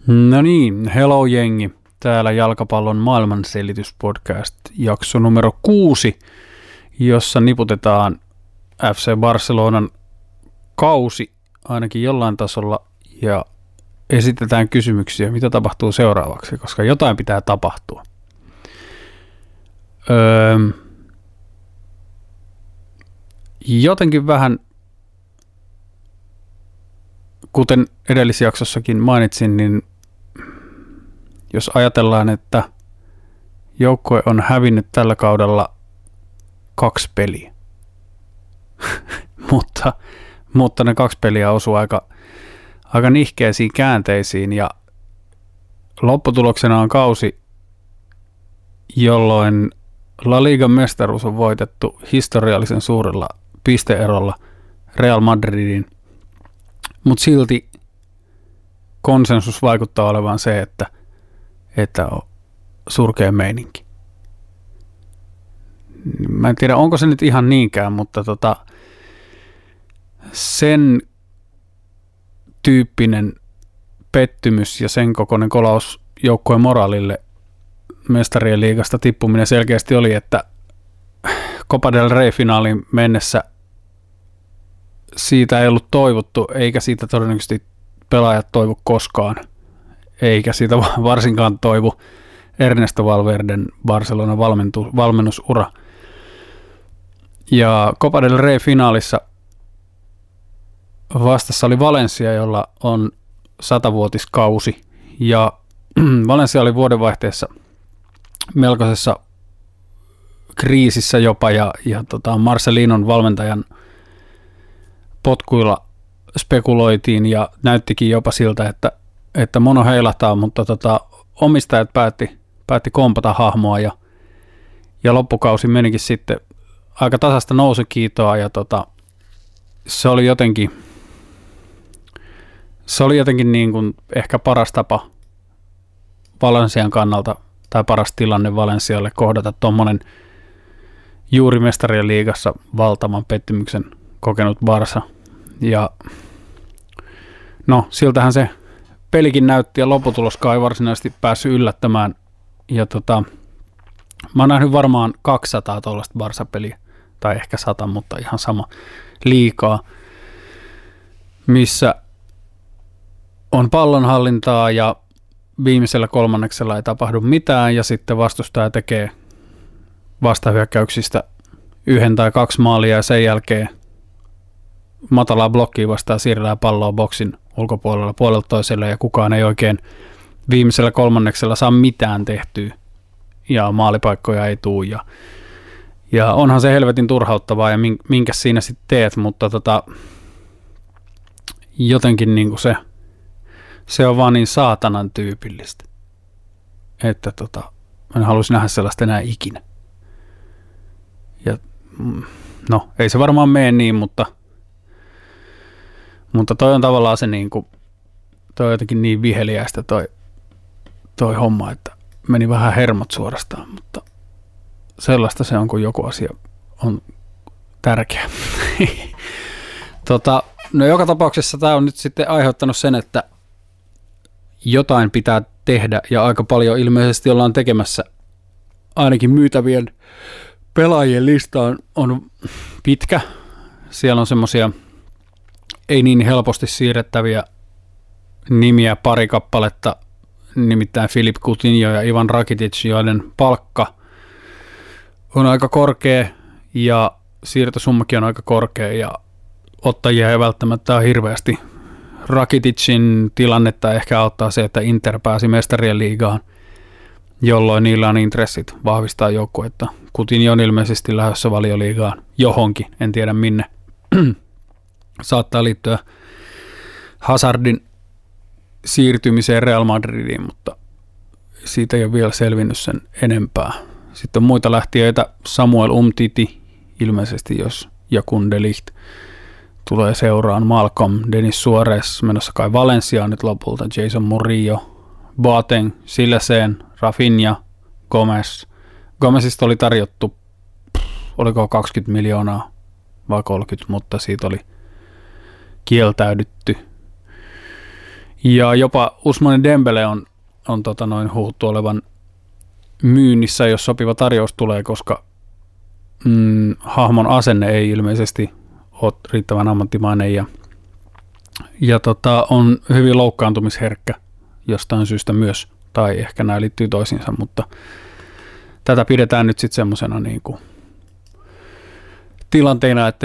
No niin, hello jengi. Täällä Jalkapallon maailmanselityspodcast, jakso numero 6, jossa niputetaan FC Barcelonan kausi ainakin jollain tasolla ja esitetään kysymyksiä, mitä tapahtuu seuraavaksi, koska jotain pitää tapahtua. Jotenkin vähän, kuten edellisjaksossakin mainitsin, niin jos ajatellaan, että joukkue on hävinnyt tällä kaudella 2 peliä, mutta ne 2 peliä osuu aika nihkeisiin käänteisiin ja lopputuloksena on kausi, jolloin La Ligan mestaruus on voitettu historiallisen suurella pisteerolla Real Madridin, mutta silti konsensus vaikuttaa olevan se, että on surkea meininki. Mä en tiedä, onko se nyt ihan niinkään, mutta sen tyyppinen pettymys ja sen kokoinen kolaus joukkueen moraalille mestarien liigasta tippuminen selkeästi oli, että Copa del Rey-finaaliin mennessä siitä ei ollut toivottu, eikä siitä todennäköisesti pelaajat toivu koskaan, eikä siitä varsinkaan toivu Ernesto Valverden Barcelonan valmennusura. Ja Copa del Rey-finaalissa vastassa oli Valencia, jolla on 100-vuotiskausi, ja Valencia oli vuodenvaihteessa melkoisessa kriisissä jopa, ja Marcelinon valmentajan potkuilla spekuloitiin, ja näyttikin jopa siltä, että mono heilahtaa, mutta omistajat päätti kompata hahmoa, ja loppukausi menikin sitten aika tasasta nousukiitoa, ja se oli jotenkin niin kuin ehkä paras tapa Valencian kannalta, tai paras tilanne Valencialle kohdata tuommoinen juuri mestarien liigassa valtavan pettymyksen kokenut Barça. Ja no, siltähän se pelikin näytti, ja lopputuloskaan ei varsinaisesti päässyt yllättämään. Ja mä oon nähnyt varmaan 200 tuollaista Barça-peliä, tai ehkä 100, mutta ihan sama liikaa, missä on pallonhallintaa ja viimeisellä kolmanneksella ei tapahdu mitään, ja sitten vastustaja tekee vastahyökkäyksistä 1 tai 2 maalia, ja sen jälkeen matalaa blokkia vastaan siirrellään palloa boksin ulkopuolella puolelta toiselle, ja kukaan ei oikein viimeisellä kolmanneksella saa mitään tehtyä, ja maalipaikkoja ei tule, ja onhan se helvetin turhauttavaa, ja minkä siinä sitten teet, mutta jotenkin niinku se on vaan niin saatanan tyypillistä, että en haluaisi nähdä sellaista enää ikinä. Ja no, ei se varmaan mene niin, mutta toi on tavallaan se niinku, toi on jotenkin niin viheliäistä toi homma, että meni vähän hermot suorastaan, mutta sellaista se on, kun joku asia on tärkeä. No joka tapauksessa tämä on nyt sitten aiheuttanut sen, että jotain pitää tehdä, ja aika paljon ilmeisesti ollaan tekemässä. Ainakin myytävien pelaajien lista on pitkä. Siellä on semmoisia ei niin helposti siirrettäviä nimiä, pari kappaletta, nimittäin Philippe Coutinho ja Ivan Rakitic, joiden palkka on aika korkea ja siirtosummakin on aika korkea, ja ottajia ei välttämättä ole hirveästi. Rakiticin tilannetta ehkä auttaa se, että Inter pääsi mestarien liigaan, jolloin niillä on intressit vahvistaa joukkuetta. Coutinho on ilmeisesti lähdössä Valioliigaan johonkin, en tiedä minne. Saattaa liittyä Hazardin siirtymiseen Real Madridiin, mutta siitä ei ole vielä selvinnyt sen enempää. Sitten on muita lähtiöitä, Samuel Umtiti ilmeisesti, jos Jakun de Ligt tulee seuraan, Malcolm, Denis Suarez menossa kai Valenciaan nyt lopulta, Jason Murillo, Boateng, Silesen, Rafinha, Gomez. Gomezista oli tarjottu, oliko 20 miljoonaa vai 30, mutta siitä oli kieltäydytty. Ja jopa Ousmane Dembele on huhuttu olevan myynnissä, jos sopiva tarjous tulee, koska hahmon asenne ei ilmeisesti ole riittävän ammattimainen ja on hyvin loukkaantumisherkkä jostain syystä myös, tai ehkä nämä liittyy toisiinsa, mutta tätä pidetään nyt sitten semmoisena niinku tilanteena, että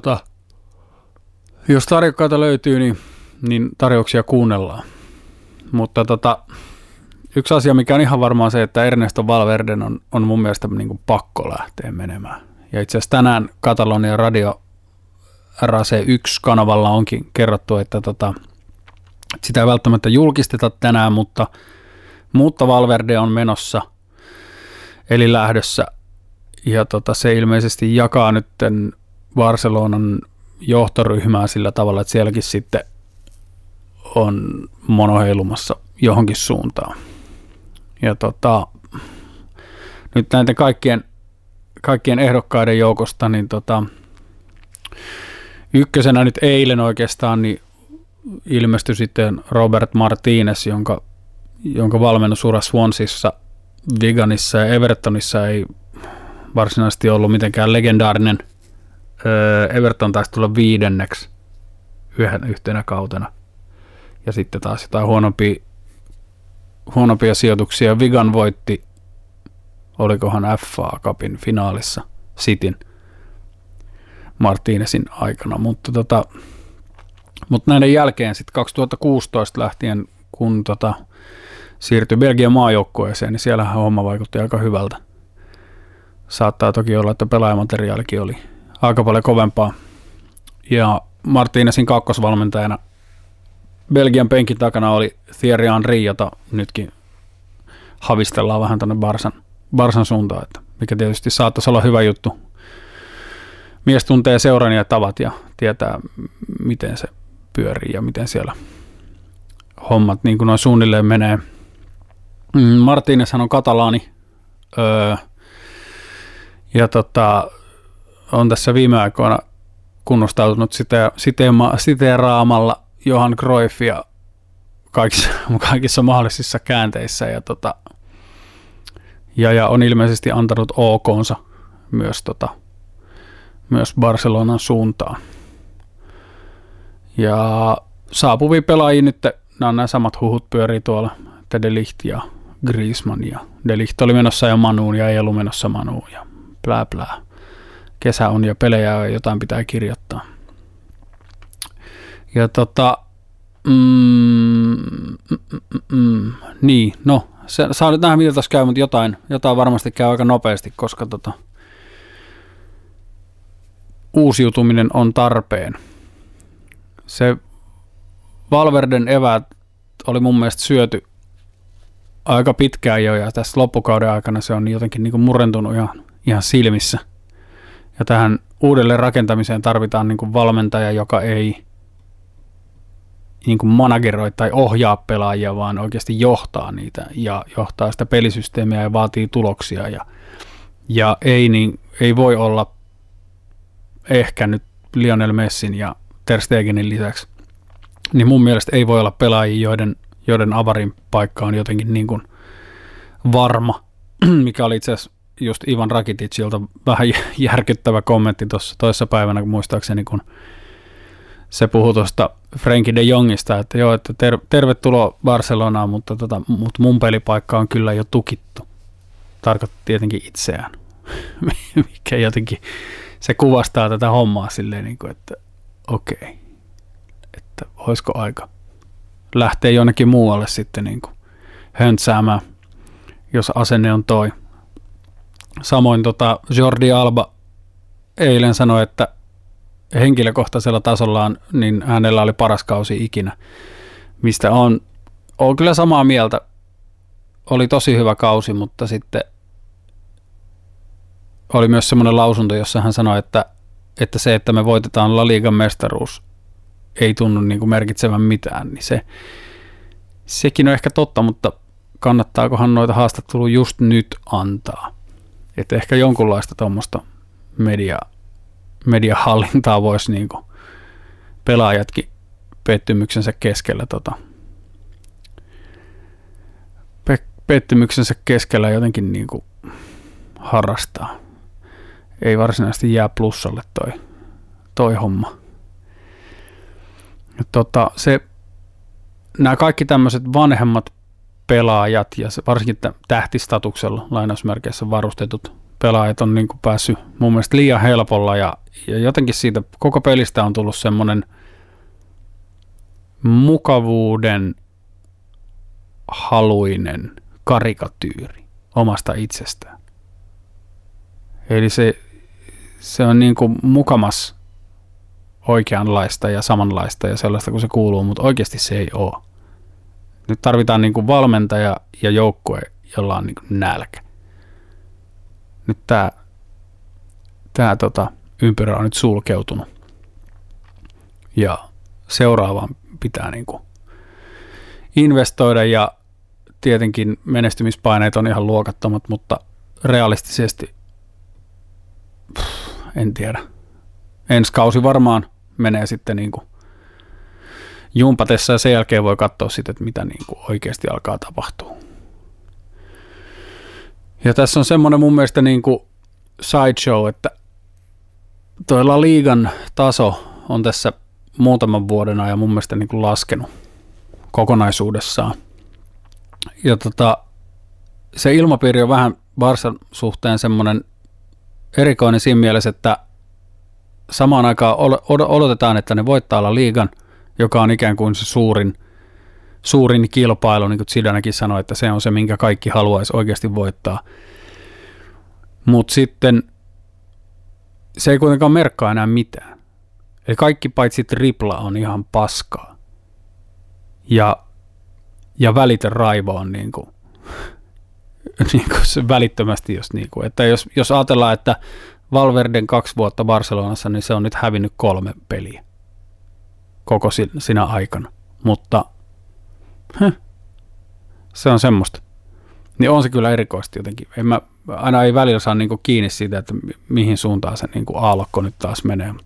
jos tarjokkaita löytyy, niin tarjouksia kuunnellaan. Mutta yksi asia, mikä on ihan varmaan se, että Ernesto Valverden on mun mielestä niinku pakko lähteä menemään. Ja itse asiassa tänään Katalonian radio RAC1-kanavalla onkin kerrottu, että sitä ei välttämättä julkisteta tänään, mutta Valverde on menossa, eli lähdössä. Ja se ilmeisesti jakaa nyt Barcelonan johtoryhmää sillä tavalla, että sielläkin sitten on mono heilumassa johonkin suuntaan. Ja nyt näiden kaikkien ehdokkaiden joukosta, niin ykkösenä nyt eilen oikeastaan niin ilmestyi sitten Robert Martinez, jonka valmennusura Swanseassa, Wiganissa ja Evertonissa ei varsinaisesti ollut mitenkään legendaarinen. Everton taisi tulla 5. yhtenä kautena. Ja sitten taas jotain huonompia sijoituksia. Wigan voitti, olikohan FA Cupin finaalissa Cityn Martinezin aikana. Mutta näiden jälkeen sitten 2016 lähtien, kun siirtyi Belgian maajoukkueeseen, niin siellähän homma vaikutti aika hyvältä. Saattaa toki olla, että pelaajamateriaalikin oli aika paljon kovempaa. Ja Martinezin kakkosvalmentajana Belgian penkin takana oli Thierry Henry, jota nytkin havistellaan vähän tuonne Barsan suuntaan, että mikä tietysti saattaisi olla hyvä juttu. Mies tuntee seuran ja tavat ja tietää, miten se pyörii ja miten siellä hommat niin kuin noin suunnilleen menee. Martinezhan on katalaani ja on tässä viime aikoina kunnostautunut siteeraamalla Johan Cruyffia kaikissa mahdollisissa käänteissä ja on ilmeisesti antanut OK:nsa myös Barcelonan suuntaan. Ja saapuvia pelaajia nyt, nämä samat huhut pyörii tuolla, että De Ligt ja Griezmann ja De Ligt oli menossa jo Manuun ja ei ollut menossa Manuun ja blää blää. Kesä on ja pelejä ja jotain pitää kirjoittaa. Ja niin, no, saa nyt nähdä mitä tässä käy, mutta jotain varmasti käy aika nopeasti, koska uusiutuminen on tarpeen. Se Valverden eväät oli mun mielestä syöty aika pitkään jo, ja tässä loppukauden aikana se on jotenkin niin kuin murentunut ihan silmissä. Ja tähän uudelleen rakentamiseen tarvitaan niin kuin valmentaja, joka ei niin kuin manageroi tai ohjaa pelaajia, vaan oikeasti johtaa niitä ja johtaa sitä pelisysteemiä ja vaatii tuloksia. Ja ei voi olla ehkä nyt Lionel Messin ja Ter Stegenin lisäksi, niin mun mielestä ei voi olla pelaajia, joiden avarin paikka on jotenkin niin kuin varma, mikä oli itse asiassa just Ivan Rakiticilta vähän järkyttävä kommentti tuossa toissa päivänä, kun muistaakseni, kun se puhui tuosta Frenkie de Jongista, että joo, että tervetuloa Barcelonaan, mutta mun pelipaikka on kyllä jo tukittu. Tarkoitti tietenkin itseään, mikä jotenkin se kuvastaa tätä hommaa silleen, niin kuin, että okei, että olisiko aika lähteä jonnekin muualle sitten niin kuin höntsäämään, jos asenne on toi. Samoin Jordi Alba eilen sanoi, että henkilökohtaisella tasollaan niin hänellä oli paras kausi ikinä, mistä on kyllä samaa mieltä. Oli tosi hyvä kausi, mutta sitten oli myös semmoinen lausunto, jossa hän sanoi, että se, että me voitetaan La Ligan mestaruus, ei tunnu niin kuin merkitsevän mitään, niin sekin on ehkä totta, mutta kannattaakohan noita haastatteluja just nyt antaa? Että ehkä jonkunlaista tuommoista mediahallintaa voisi niin kuin pelaajatkin pettymyksensä keskellä pettymyksensä keskellä jotenkin niin kuin harrastaa. Ei varsinaisesti jää plussalle toi homma. Nämä kaikki tämmöiset vanhemmat pelaajat ja varsinkin tähtistatuksella lainausmerkeissä varustetut pelaajat on niin kuin päässyt mun mielestä liian helpolla ja jotenkin siitä koko pelistä on tullut semmoinen mukavuuden haluinen karikatyyri omasta itsestään. Eli se on niin kuin mukamas oikeanlaista ja samanlaista ja sellaista kuin se kuuluu, mutta oikeasti se ei ole. Nyt tarvitaan niin kuin valmentaja ja joukkue, jolla on niin kuin nälkä. Nyt tämä ympyrä on nyt sulkeutunut. Ja seuraavaan pitää niin kuin investoida ja tietenkin menestymispaineet on ihan luokattomat, mutta realistisesti en tiedä. Ensi kausi varmaan menee sitten niin kuin jumpatessa ja sen jälkeen voi katsoa sitten, että mitä niin kuin oikeasti alkaa tapahtua. Ja tässä on semmoinen mun mielestä niin kuin sideshow, että toi La Ligan taso on tässä muutaman vuoden ajan mun mielestä niin kuin laskenut kokonaisuudessaan. Ja se ilmapiiri on vähän Barsan suhteen semmoinen erikoinen siinä mielessä, että samaan aikaan odotetaan, että ne voittaa La Ligan, joka on ikään kuin se suurin kilpailu, niin kuin Zidanekin sanoi, että se on se, minkä kaikki haluaisi oikeasti voittaa. Mutta sitten se ei kuitenkaan merkkaa enää mitään. Eli kaikki paitsi tripla on ihan paskaa. Ja välitön raivo on niin kuin se välittömästi, että jos ajatellaan, että Valverden 2 vuotta Barcelonassa, niin se on nyt hävinnyt 3 peliä koko sinä aikana. Mutta se on semmoista. Niin on se kyllä erikoisesti jotenkin. Aina ei välillä saa niinku kiinni siitä, että mihin suuntaan se niinku aallokko nyt taas menee.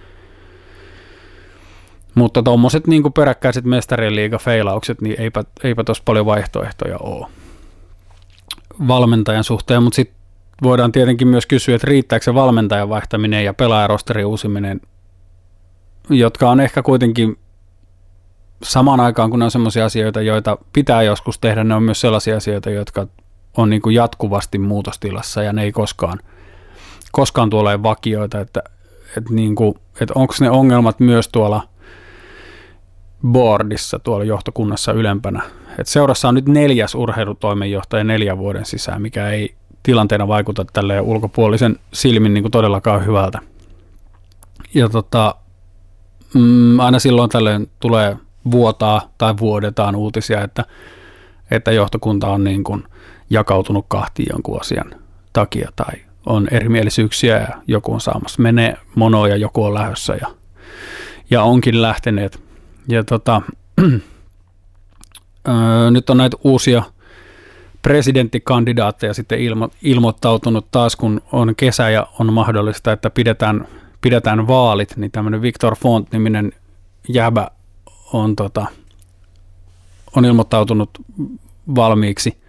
Mutta tuommoiset niinku peräkkäiset mestarien liiga-feilaukset, niin eipä tuossa paljon vaihtoehtoja ole valmentajan suhteen. Mutta sitten voidaan tietenkin myös kysyä, että riittääkö se valmentajan vaihtaminen ja pelaajarosterin uusiminen, jotka on ehkä kuitenkin samaan aikaan, kun ne on sellaisia asioita, joita pitää joskus tehdä, ne on myös sellaisia asioita, jotka on niin kuin jatkuvasti muutostilassa ja ne ei koskaan tule vakioita, että onko ne ongelmat myös tuolla boardissa, tuolla johtokunnassa ylempänä. Et seurassa on nyt 4. urheilutoimenjohtaja 4 vuoden sisään, mikä ei tilanteena vaikuta tälleen ulkopuolisen silmin niin kuin todellakaan hyvältä. Ja aina silloin tällöin tulee vuodetaan uutisia, että johtokunta on niin kuin jakautunut kahtiin jonkun asian takia tai on erimielisyyksiä ja joku on saamassa menee monoa ja joku on lähdössä ja onkin lähteneet. Ja nyt on näitä uusia presidenttikandidaatteja sitten ilmoittautunut taas, kun on kesä ja on mahdollista, että pidetään vaalit, niin tämmöinen Victor Font-niminen jäbä on ilmoittautunut valmiiksi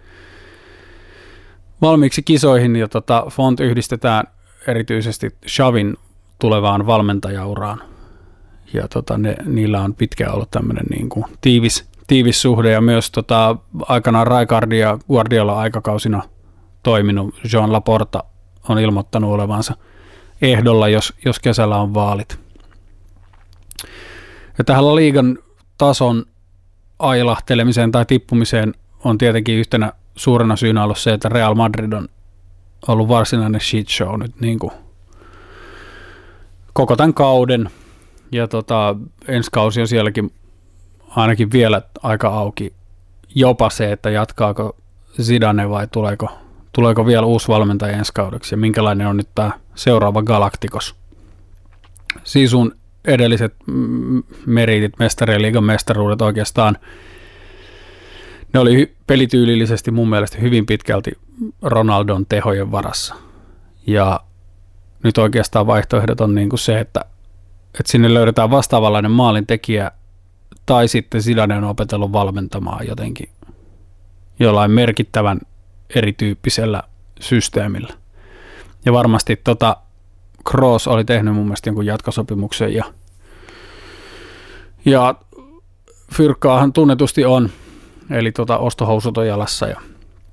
kisoihin, ja Font yhdistetään erityisesti Xavin tulevaan valmentajauraan, ja niillä on pitkään ollut tämmöinen niin kuin tiivis suhde, ja myös aikanaan Rijkaardin ja Guardiola aikakausina toiminut Joan Laporta on ilmoittanut olevansa ehdolla, jos kesällä on vaalit. Ja tähän La Ligan tason ailahtelemiseen tai tippumiseen on tietenkin yhtenä suurena syynä ollut se, että Real Madrid on ollut varsinainen shit show nyt niin kuin koko tämän kauden. Ja ensi kausi on sielläkin ainakin vielä aika auki. Jopa se, että jatkaako Zidane vai tuleeko vielä uusi valmentaja ensi kaudeksi ja minkälainen on nyt tämä seuraava Galacticos. Sisun edelliset meritit, mestarien liigan mestaruudet oikeastaan, ne oli pelityylillisesti mun mielestä hyvin pitkälti Ronaldon tehojen varassa. Ja nyt oikeastaan vaihtoehdot on niin kuin se, että sinne löydetään vastaavanlainen maalintekijä tai sitten Zidane on opetellut valmentamaan jollain merkittävän erityyppisellä systeemillä. Ja varmasti Kroos oli tehnyt mun mielestä jonkun jatkosopimuksen ja fyrkkaahan tunnetusti on, eli ostohousut on jalassa ja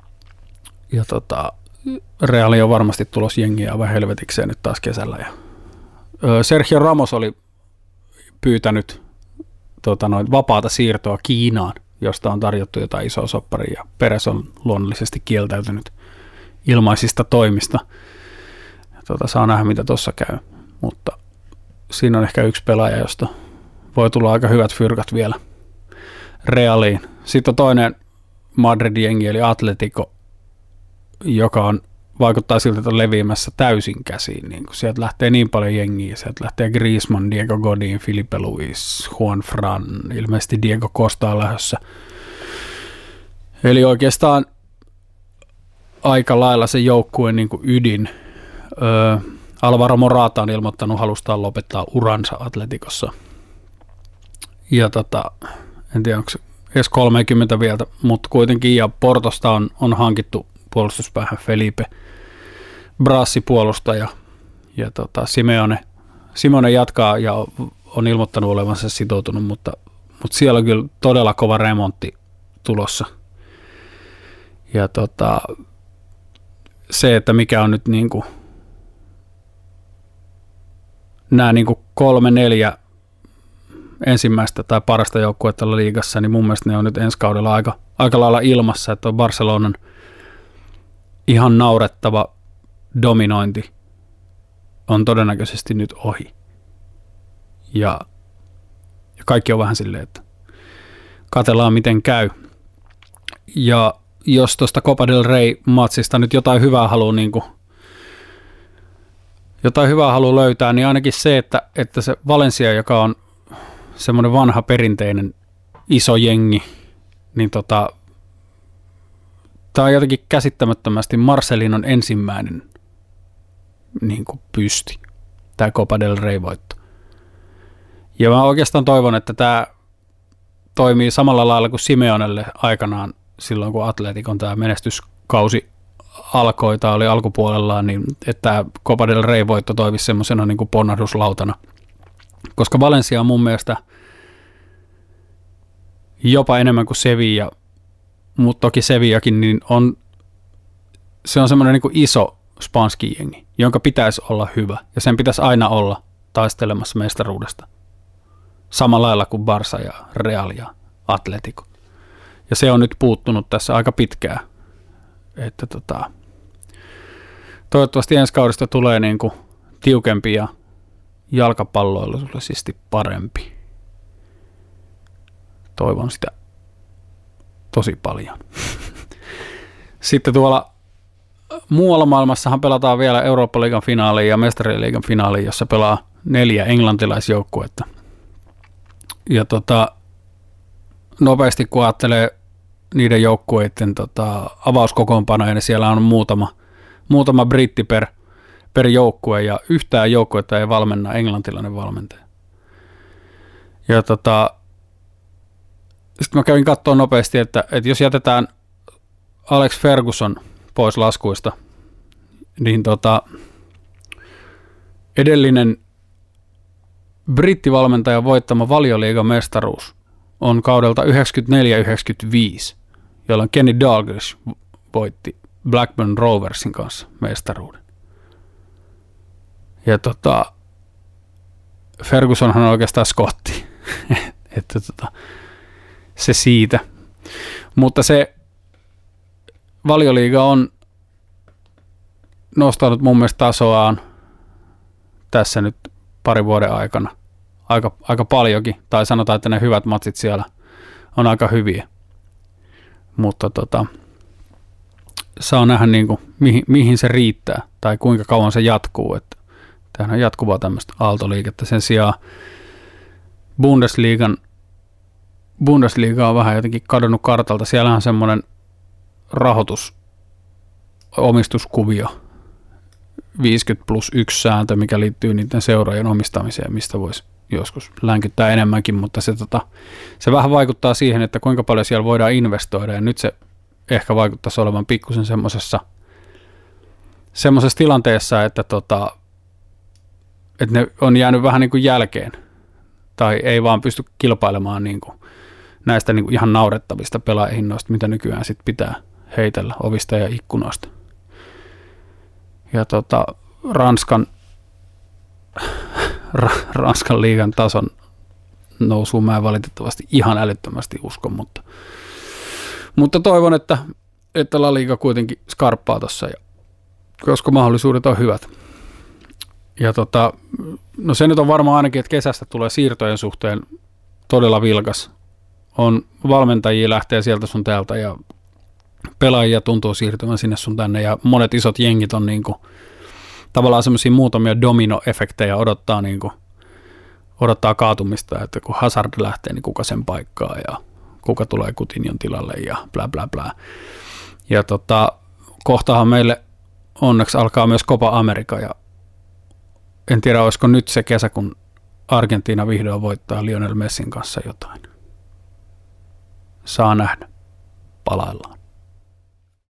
Reali on varmasti tulos jengiä aivan helvetikseen nyt taas kesällä. Ja Sergio Ramos oli pyytänyt vapaata siirtoa Kiinaan, josta on tarjottu jotain isoa sopparia, ja Perez on luonnollisesti kieltäytynyt ilmaisista toimista. Saa nähdä, mitä tuossa käy, mutta siinä on ehkä yksi pelaaja, josta voi tulla aika hyvät fyrkat vielä Realiin. Sitten on toinen Madrid-jengi, eli Atletico, joka vaikuttaa siltä, että on leviämässä täysin käsiin. Niin sieltä lähtee niin paljon jengiä, sieltä lähtee Griezmann, Diego Godin, Filipe Luis, Juan Fran, ilmeisesti Diego Costa on lähdössä. Eli oikeastaan aika lailla se joukkueen niin kuin ydin. Alvaro Morata on ilmoittanut halustaan lopettaa uransa Atleticossa. Ja en tiedä, onko se edes 30 vielä, mutta kuitenkin, ja Portosta on hankittu puolustuspäähän Felipe Brassi puolustaja, ja Simone jatkaa ja on ilmoittanut olevansa sitoutunut, mutta siellä on kyllä todella kova remontti tulossa. Ja se, että mikä on nyt niinku nämä niinku 3-4 ensimmäistä tai parasta joukkuetta liigassa, niin mun mielestä ne on nyt ensi kaudella aika lailla ilmassa, että on Barcelonan ihan naurettava dominointi on todennäköisesti nyt ohi. Ja kaikki on vähän silleen, että katsellaan miten käy. Ja jos tuosta Copa del Rey-matsista nyt jotain hyvää haluaa löytää, niin ainakin se, että se Valencia, joka on semmoinen vanha perinteinen iso jengi, niin tämä on jotenkin käsittämättömästi Marcelinon ensimmäinen niin kuin pysti, tämä Copa del Rey-voitto. Ja mä oikeastaan toivon, että tämä toimii samalla lailla kuin Simeonelle aikanaan silloin, kun Atleticon tämä menestyskausi alkoi tai oli alkupuolellaan, niin että Copa del Rey-voitto toimisi semmoisena niin kuin ponnahduslautana. Koska Valencia on mun mielestä jopa enemmän kuin Sevilla, mutta toki Sevillakin, niin se on semmoinen niin kuin iso Spanski-jengi, jonka pitäisi olla hyvä, ja sen pitäisi aina olla taistelemassa mestaruudesta. Samalla lailla kuin Barça ja Real ja Atletico. Ja se on nyt puuttunut tässä aika pitkään. Että toivottavasti ensi kaudesta tulee niin kuin tiukempi ja jalkapalloilullisesti parempi. Toivon sitä tosi paljon. Sitten tuolla muualla maailmassahan pelataan vielä Eurooppa-liigan finaaliin ja Mestariliigan finaaliin, jossa pelaa 4 englantilaisjoukkuetta. Ja nopeasti kun ajattelee niiden joukkueiden avauskokoonpanoja, niin siellä on muutama britti per joukkue, ja yhtään joukkuetta ei valmenna englantilainen valmentaja. Ja sitten mä kävin katsoa nopeasti, että jos jätetään Alex Ferguson pois laskuista, niin edellinen brittivalmentajan voittama Valioliigan mestaruus on kaudelta 94-95, jolloin Kenny Dalglish voitti Blackburn Roversin kanssa mestaruuden. Ja Fergusonhan on oikeastaan skotti, että se siitä. Mutta se Valioliiga on nostanut mun mielestä tasoaan tässä nyt parin vuoden aikana. Aika paljonkin, tai sanotaan, että ne hyvät matsit siellä on aika hyviä. Mutta saa nähdä niin kuin, mihin se riittää, tai kuinka kauan se jatkuu. Että tämähän on jatkuvaa tämmöistä aaltoliikettä. Sen sijaan Bundesliga on vähän jotenkin kadonnut kartalta. Siellä on semmoinen omistuskuvio, 50+1 sääntö, mikä liittyy niiden seuraajien omistamiseen, mistä voisi joskus länkyttää enemmänkin, mutta se vähän vaikuttaa siihen, että kuinka paljon siellä voidaan investoida, ja nyt se ehkä vaikuttaisi olevan pikkusen semmoisessa tilanteessa, että ne on jäänyt vähän niin kuin jälkeen tai ei vaan pysty kilpailemaan niin kuin näistä niin kuin ihan naurettavista pelaajahinnoista, mitä nykyään sit pitää heitellä ovista ja ikkunoista. Ja Ranskan liigan tason nousuun mä en valitettavasti ihan älyttömästi usko, mutta toivon, että La Liga kuitenkin skarppaa tuossa, koska mahdollisuudet on hyvät. Ja no se nyt on varmaan ainakin, että kesästä tulee siirtojen suhteen todella vilkas. On valmentajia lähtee sieltä sun täältä ja pelaajia tuntuu siirtymään sinne sun tänne ja monet isot jengit on niinku tavallaan semmoisia muutamia dominoefektejä odottaa kaatumista, että kun Hazard lähtee, niin kuka sen paikkaa ja kuka tulee Coutinhon tilalle ja bla bla bla. Ja kohtahan meille onneksi alkaa myös Copa America ja en tiedä, olisiko nyt se kesä, kun Argentiina vihdoin voittaa Lionel Messin kanssa jotain. Saa nähdä. Palaillaan.